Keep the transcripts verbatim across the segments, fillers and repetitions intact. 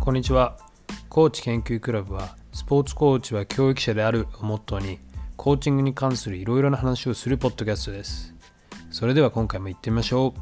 こんにちは。コーチ研究クラブは、スポーツコーチは教育者であるをモットーに、コーチングに関するいろいろな話をするポッドキャストです。それでは今回も行ってみましょう。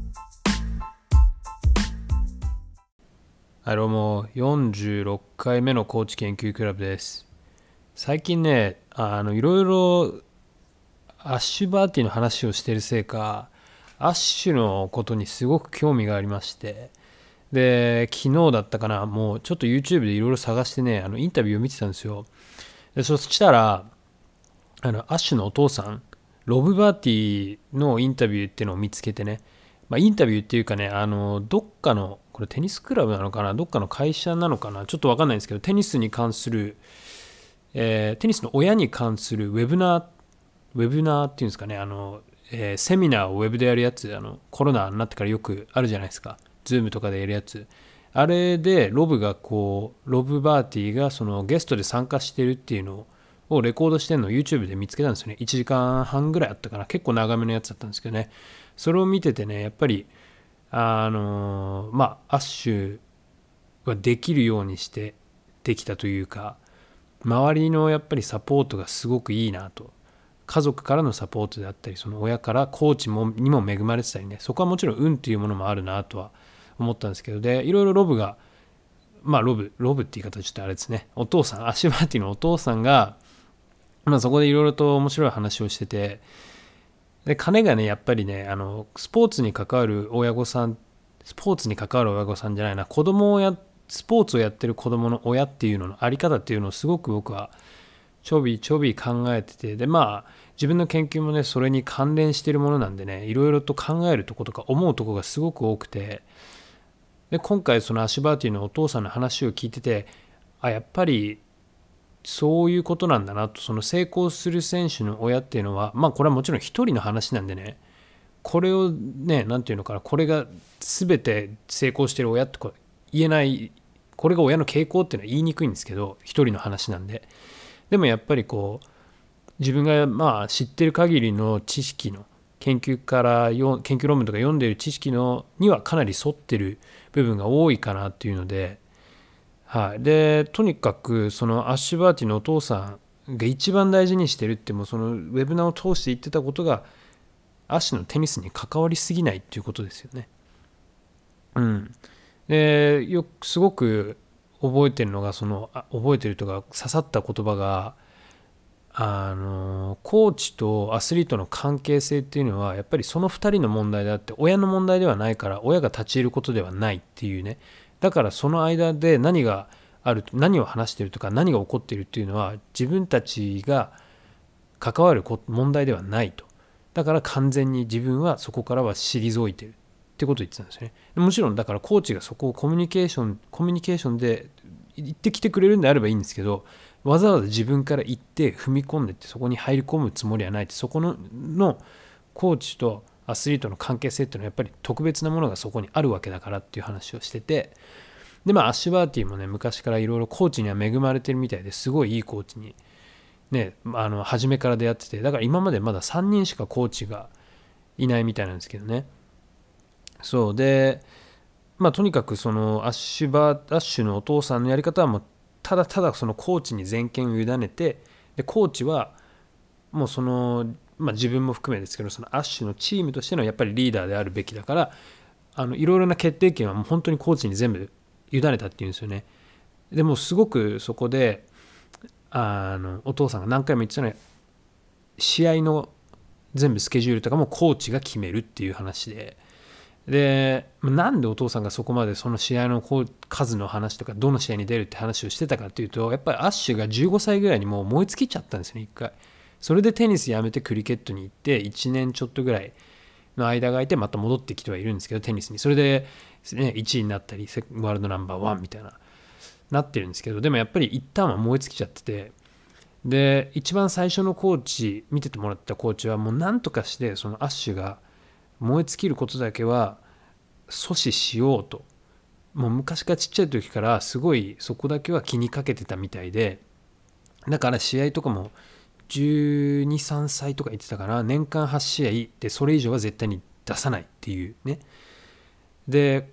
はい、どうも、よんじゅうろっかいめのコーチ研究クラブです。最近ね、あのいろいろアッシュバーティの話をしているせいか、アッシュのことにすごく興味がありまして、で、昨日だったかな、もうちょっと YouTube でいろいろ探してね、あのインタビューを見てたんですよ。で、そしたら、あのアッシュのお父さん、ロブ・バーティのインタビューっていうのを見つけてね、まあ、インタビューっていうかね、あのどっかの、これテニスクラブなのかな、どっかの会社なのかな、ちょっと分かんないんですけど、テニスに関する、えーテニスの親に関するウェブナー、ウェブナーっていうんですかね、あの、えーセミナーをウェブでやるやつ、あのコロナになってからよくあるじゃないですか。ズームとかでやるやつ。あれでロブがこう、ロブ・バーティがそのゲストで参加してるっていうのをレコードしてるのを YouTube で見つけたんですよね。いちじかんはんぐらいあったかな。結構長めのやつだったんですけどね。それを見ててね、やっぱり、あのーまあ、アッシュはできるようにしてできたというか、周りのやっぱりサポートがすごくいいなと。家族からのサポートであったり、その親からコーチもにも恵まれてたりね、そこはもちろん運っていうものもあるなとは思ったんですけど、でいろいろロブが、まあロブロブって言い方はちょっとあれですね、お父さん、アシュバーティのお父さんが、まあ、そこでいろいろと面白い話をしてて、で彼がねやっぱりね、あのスポーツに関わる親御さん、スポーツに関わる親御さんじゃないな、子供をやスポーツをやってる子供の親っていうののあり方っていうのをすごく僕はちょびちょび考えてて、でまあ自分の研究もねそれに関連しているものなんでね、いろいろと考えるとことか思うとこがすごく多くて、で今回そのアシュバーティのお父さんの話を聞いてて、あやっぱりそういうことなんだなと。その成功する選手の親っていうのは、まあこれはもちろん一人の話なんでね、これをね、なんていうのかな、これが全て成功してる親とか言えない、これが親の傾向っていうのは言いにくいんですけど、一人の話なんで。でもやっぱりこう自分がまあ知ってる限りの知識の研究からよ研究論文とか読んでいる知識のにはかなり沿ってる部分が多いかなっていうので、はい、でとにかくそのアッシュバーティのお父さんが一番大事にしてるって、もうそのウェブナーを通して言ってたことが、アッシュのテニスに関わりすぎないっていうことですよね。うん。でよくすごく覚えてるのが、そのあ覚えてるとか刺さった言葉が、あのコーチとアスリートの関係性っていうのはやっぱりそのふたりの問題であって、親の問題ではないから、親が立ち入ることではないっていうね。だからその間で何がある、何を話しているとか何が起こっているっていうのは自分たちが関わる問題ではないと。だから完全に自分はそこからは退いてるってことを言ってたんですよね。もちろんだからコーチがそこをコミュニケーションコミュニケーションで言ってきてくれるんであればいいんですけど、わざわざ自分から行って踏み込んでってそこに入り込むつもりはないって、そこののコーチとアスリートの関係性っていうのはやっぱり特別なものがそこにあるわけだからっていう話をしてて、でまあアッシュバーティもね昔からいろいろコーチには恵まれてるみたいで、すごいいいコーチにね、あの初めから出会ってて、だから今までまださんにんしかコーチがいないみたいなんですけどね。そうで、まあとにかくそのアッシュバーアッシュのお父さんのやり方はもうただただそのコーチに全権を委ねて、でコーチはもうその、まあ、自分も含めですけど、そのアッシュのチームとしてのやっぱりリーダーであるべきだから、あのいろいろな決定権はもう本当にコーチに全部委ねたっていうんですよね。でもすごくそこであのお父さんが何回も言ってたのは、試合の全部スケジュールとかもコーチが決めるっていう話で、でなんでお父さんがそこまでその試合の数の話とかどの試合に出るって話をしてたかっていうと、やっぱりアッシュがじゅうごさいぐらいにもう燃え尽きちゃったんですよね、一回。それでテニスやめてクリケットに行っていちねんちょっとぐらいの間が空いてまた戻ってきてはいるんですけど、テニスにそれで、ね、いちいになったりワールドナンバーワンみたいななってるんですけど、でもやっぱり一旦は燃え尽きちゃってて、で一番最初のコーチ見ててもらったコーチはもう何とかしてそのアッシュが燃え尽きることだけは阻止しようと、もう昔からちっちゃい時からすごいそこだけは気にかけてたみたいで、だから試合とかもじゅうに、さんさいとか言ってたかな、年間はち試合でそれ以上は絶対に出さないっていうね。で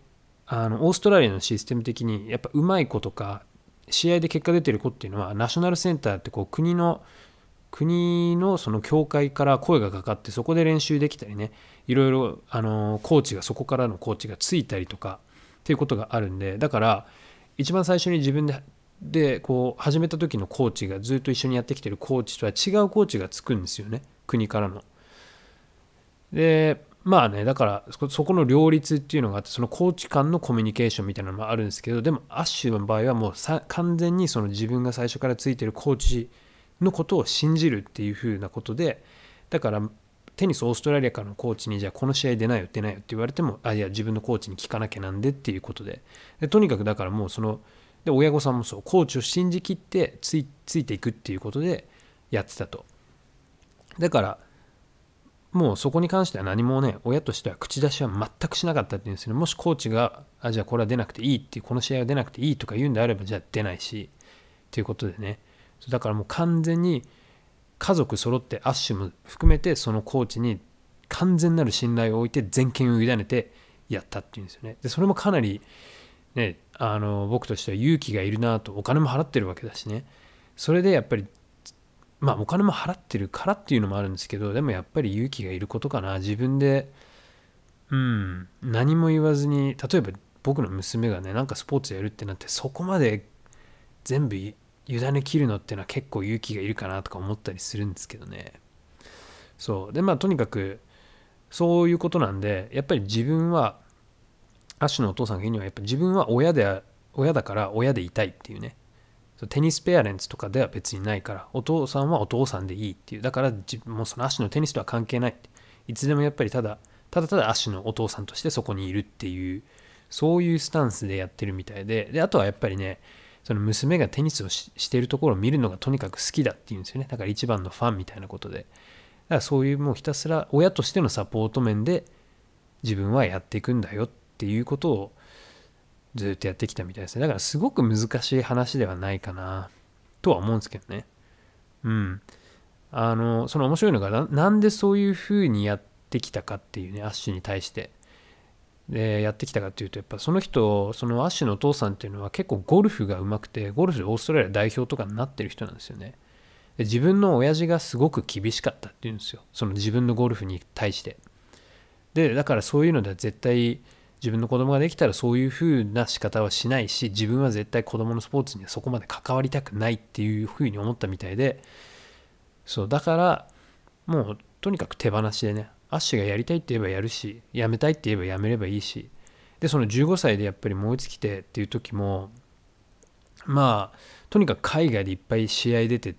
あのオーストラリアのシステム的にやっぱ上手い子とか試合で結果出てる子っていうのはナショナルセンターってこう国の国のその協会から声がかかってそこで練習できたりね、いろいろあのコーチがそこからのコーチがついたりとかっていうことがあるんで、だから一番最初に自分ででこう始めた時のコーチがずっと一緒にやってきてるコーチとは違うコーチがつくんですよね、国からの。でまあね、だからそこの両立っていうのがあって、そのコーチ間のコミュニケーションみたいなのもあるんですけど、でもアッシュの場合はもうさ完全にその自分が最初からついてるコーチのことを信じるっていう風なことで、だからテニスオーストラリアからのコーチにじゃあこの試合出ないよ出ないよって言われても、あいや自分のコーチに聞かなきゃなんでっていうことで、でとにかくだからもうそので親御さんもそうコーチを信じきってついついていくっていうことでやってたと。だからもうそこに関しては何もね、親としては口出しは全くしなかったっていうんですよね。もしコーチがあじゃあこれは出なくていいっていう、この試合は出なくていいとか言うんであれば、じゃあ出ないしっていうことでね、だからもう完全に家族揃ってアッシュも含めてそのコーチに完全なる信頼を置いて全権を委ねてやったっていうんですよね。でそれもかなりね、あの僕としては勇気がいるなと。お金も払ってるわけだしね、それでやっぱりまあお金も払ってるからっていうのもあるんですけど、でもやっぱり勇気がいることかな。自分でうん何も言わずに、例えば僕の娘がねなんかスポーツやるってなってそこまで全部委ね切るのってのは結構勇気がいるかなとか思ったりするんですけどね。そうでまあとにかくそういうことなんで、やっぱり自分はアッシュのお父さんが言うにはやっぱ自分は親で親だから親でいたいっていうね、テニスペアレンツとかでは別にないから、お父さんはお父さんでいいっていう、だから自分もそのアッシュのテニスとは関係ない、いつでもやっぱりただただただアッシュのお父さんとしてそこにいるっていう、そういうスタンスでやってるみたいで、であとはやっぱりね、その娘がテニスを し, しているところを見るのがとにかく好きだっていうんですよね。だから一番のファンみたいなことで、だからそういうもうひたすら親としてのサポート面で自分はやっていくんだよっていうことをずっとやってきたみたいですね。だからすごく難しい話ではないかなとは思うんですけどね。うん。あのその面白いのが な, なんでそういうふうにやってきたかっていうね、アッシュに対してでやってきたかっていうと、やっぱその人、そのアッシュのお父さんっていうのは結構ゴルフが上手くて、ゴルフでオーストラリア代表とかになってる人なんですよね。で自分の親父がすごく厳しかったっていうんですよ、その自分のゴルフに対して。でだからそういうのでは絶対自分の子供ができたらそういう風な仕方はしないし、自分は絶対子供のスポーツにはそこまで関わりたくないっていう風に思ったみたいで、そうだからもうとにかく手放しでね、アッシュがやりたいって言えばやるし、やめたいって言えばやめればいいし、でそのじゅうごさいでやっぱり燃え尽きてっていう時も、まあとにかく海外でいっぱい試合出てって、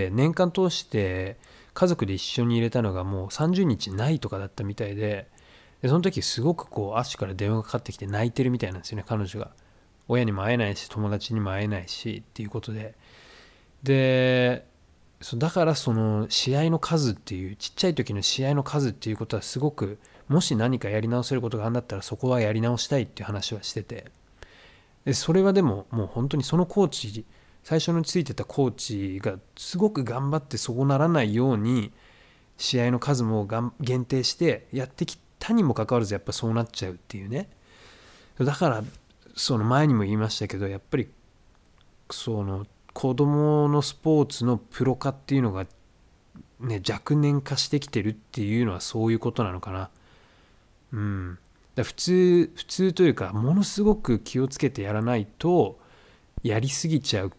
年間通して家族で一緒に入れたのがもうさんじゅうにちないとかだったみたいで、でその時すごくこうアッシュから電話がかかってきて泣いてるみたいなんですよね、彼女が。親にも会えないし友達にも会えないしっていうことで、でだからその試合の数っていう、ちっちゃい時の試合の数っていうことはすごく、もし何かやり直せることがあるんだったらそこはやり直したいっていう話はしてて、でそれはでももう本当にそのコーチ、最初についてたコーチがすごく頑張ってそうならないように試合の数も限定してやってきたにもかかわらずやっぱそうなっちゃうっていうね。だからその前にも言いましたけど、やっぱりその子供のスポーツのプロ化っていうのがね若年化してきてるっていうのはそういうことなのかな。うん。だ普通普通というか、ものすごく気をつけてやらないとやりすぎちゃうって、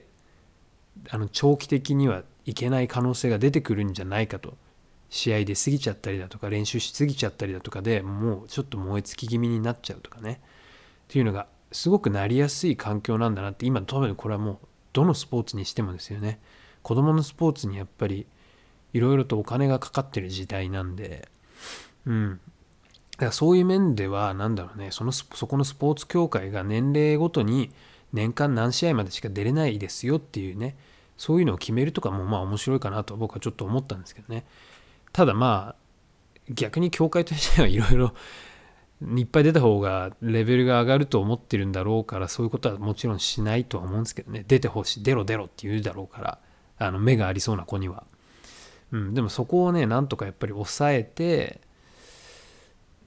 あの長期的にはいけない可能性が出てくるんじゃないかと。試合で過ぎちゃったりだとか練習しすぎちゃったりだとかでもうちょっと燃え尽き気味になっちゃうとかねっていうのがすごくなりやすい環境なんだなって。今多分これはもうどのスポーツにしてもですよね。子供のスポーツにやっぱりいろいろとお金がかかってる時代なんで、うんだからそういう面ではなんだろうね、そのそこのスポーツ協会が年齢ごとに年間何試合までしか出れないですよっていうね、そういうのを決めるとかもまあ面白いかなと僕はちょっと思ったんですけどね。ただまあ逆に協会としてはいろいろいっぱい出た方がレベルが上がると思ってるんだろうから、そういうことはもちろんしないとは思うんですけどね。出てほしい、出ろ出ろって言うだろうから、あの目がありそうな子には、うん、でもそこをねなんとかやっぱり抑えて、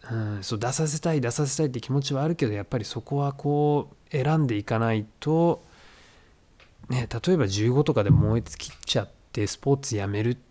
うん、そう出させたい出させたいって気持ちはあるけど、やっぱりそこはこう選んでいかないと、ね、例えばじゅうごとかで燃え尽きちゃってスポーツやめるって、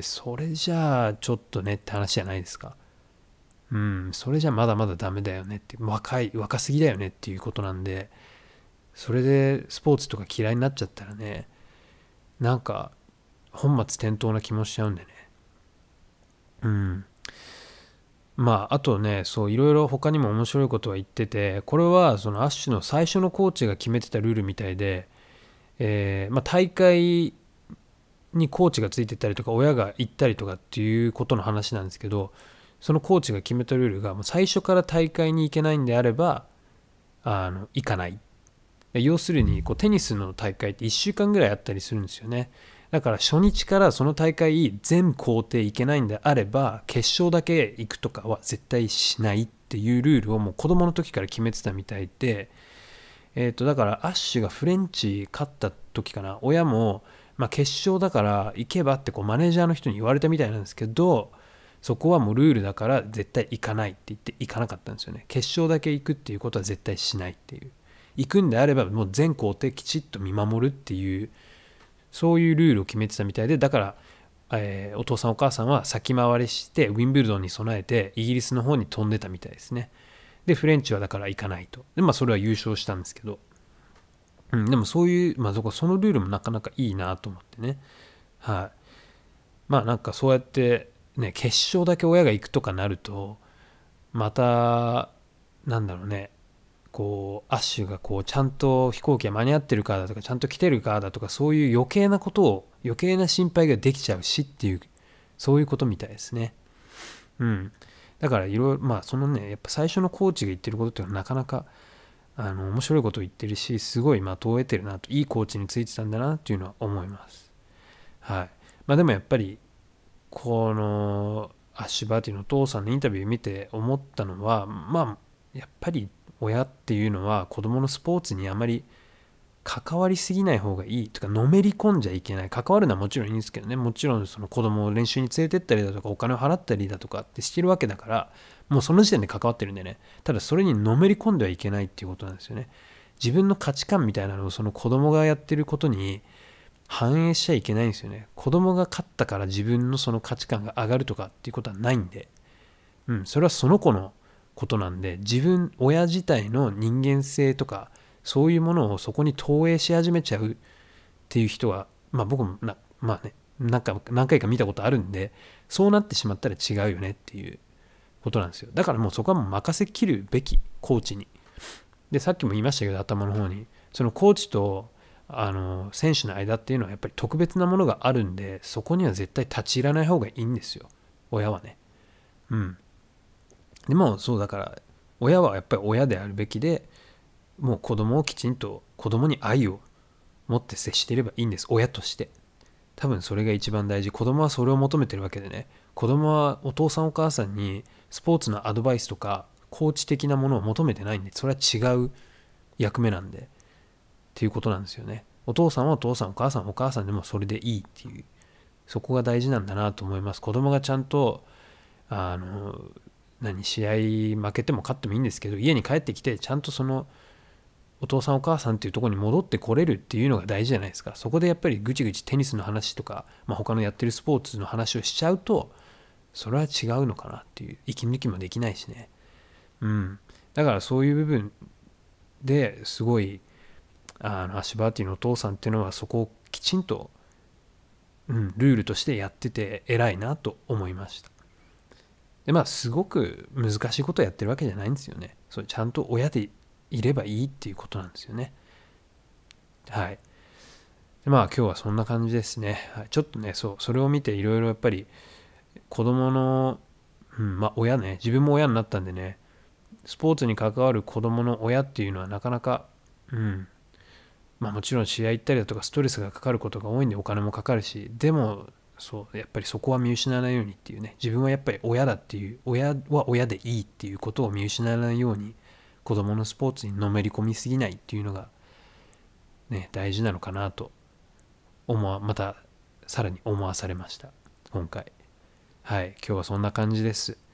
それじゃあちょっとねって話じゃないですか。うん、それじゃまだまだダメだよねって、若い若すぎだよねっていうことなんで、それでスポーツとか嫌いになっちゃったらね、なんか本末転倒な気もしちゃうんでね。うん。まああとね、そういろいろ他にも面白いことは言ってて、これはそのアッシュの最初のコーチが決めてたルールみたいで、えーまあ、大会にコーチがついてたりとか親が行ったりとかっていうことの話なんですけど、そのコーチが決めたルールが、もう最初から大会に行けないんであればあの行かない。要するにこうテニスの大会っていっしゅうかんぐらいあったりするんですよね。だから初日からその大会全工程行けないんであれば決勝だけ行くとかは絶対しないっていうルールをもう子供の時から決めてたみたいで、えー、とだからアッシュがフレンチ勝った時かな、親も、まあ、決勝だから行けばってこうマネージャーの人に言われたみたいなんですけど、そこはもうルールだから絶対行かないって言って行かなかったんですよね。決勝だけ行くっていうことは絶対しないっていう、行くんであればもう全工程きちっと見守るっていう、そういうルールを決めてたみたいで、だから、えーお父さんお母さんは先回りしてウィンブルドンに備えてイギリスの方に飛んでたみたいですね。でフレンチはだから行かないと。でまあそれは優勝したんですけど、うん、でもそういう、まあ、そこそのルールもなかなかいいなと思ってね。はい。まあなんかそうやってね、決勝だけ親が行くとかなると、またなんだろうね、こうアッシュがこうちゃんと飛行機が間に合ってるかだとかちゃんと来てるかだとか、そういう余計なことを余計な心配ができちゃうしっていう、そういうことみたいですね。うん。だからいろいろ、まあそのね、やっぱ最初のコーチが言ってることっていうのはなかなかあの面白いことを言ってるし、すごい的を得てるなと、いいコーチについてたんだなっていうのは思います。はい。まあでもやっぱりこのアッシュバーティのお父さんのインタビュー見て思ったのは、まあやっぱり親っていうのは子供のスポーツにあまり関わりすぎない方がいいとか、のめり込んじゃいけない。関わるのはもちろんいいんですけどね、もちろんその子供を練習に連れてったりだとかお金を払ったりだとかってしてるわけだから、もうその時点で関わってるんでね。ただそれにのめり込んではいけないっていうことなんですよね。自分の価値観みたいなのをその子供がやってることに反映しちゃいけないんですよね。子供が勝ったから自分のその価値観が上がるとかっていうことはないんで、うん、それはその子のことなんで、自分親自体の人間性とかそういうものをそこに投影し始めちゃうっていう人は、まあ僕もな、まあね、なんか何回か見たことあるんで、そうなってしまったら違うよねっていうことなんですよ。だからもうそこはもう任せきるべき、コーチに。で、さっきも言いましたけど、頭の方に、そのコーチとあの選手の間っていうのはやっぱり特別なものがあるんで、そこには絶対立ち入らない方がいいんですよ、親はね。うん。でもそうだから、親はやっぱり親であるべきで、もう子供をきちんと子供に愛を持って接していればいいんです、親として。多分それが一番大事。子供はそれを求めてるわけでね。子供はお父さんお母さんにスポーツのアドバイスとかコーチ的なものを求めてないんで、それは違う役目なんでっていうことなんですよね。お父さんはお父さん、お母さんはお母さんでもそれでいいっていう、そこが大事なんだなと思います。子供がちゃんとあの何試合負けても勝ってもいいんですけど、家に帰ってきてちゃんとそのお父さんお母さんっていうところに戻ってこれるっていうのが大事じゃないですか。そこでやっぱりぐちぐちテニスの話とか、まあ、他のやってるスポーツの話をしちゃうと、それは違うのかなっていう、息抜きもできないしね。うん。だからそういう部分ですごい、あのアシュバーティのお父さんっていうのはそこをきちんと、うん、ルールとしてやってて偉いなと思いました。でまあすごく難しいことをやってるわけじゃないんですよね。それちゃんと親でいればいいっていうことなんですよね。はい。でまあ今日はそんな感じですね。はい、ちょっとね、そう、それを見ていろいろやっぱり子供の、うん、まあ親ね、自分も親になったんでね、スポーツに関わる子供の親っていうのはなかなか、うん、まあもちろん試合行ったりだとかストレスがかかることが多いんでお金もかかるし、でも、そう、やっぱりそこは見失わないようにっていうね、自分はやっぱり親だっていう、親は親でいいっていうことを見失わないように、子供のスポーツにのめり込みすぎないっていうのがね、大事なのかなと思わ、またさらに思わされました、今回。はい、今日はそんな感じです。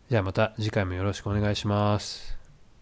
じゃあまた次回もよろしくお願いします。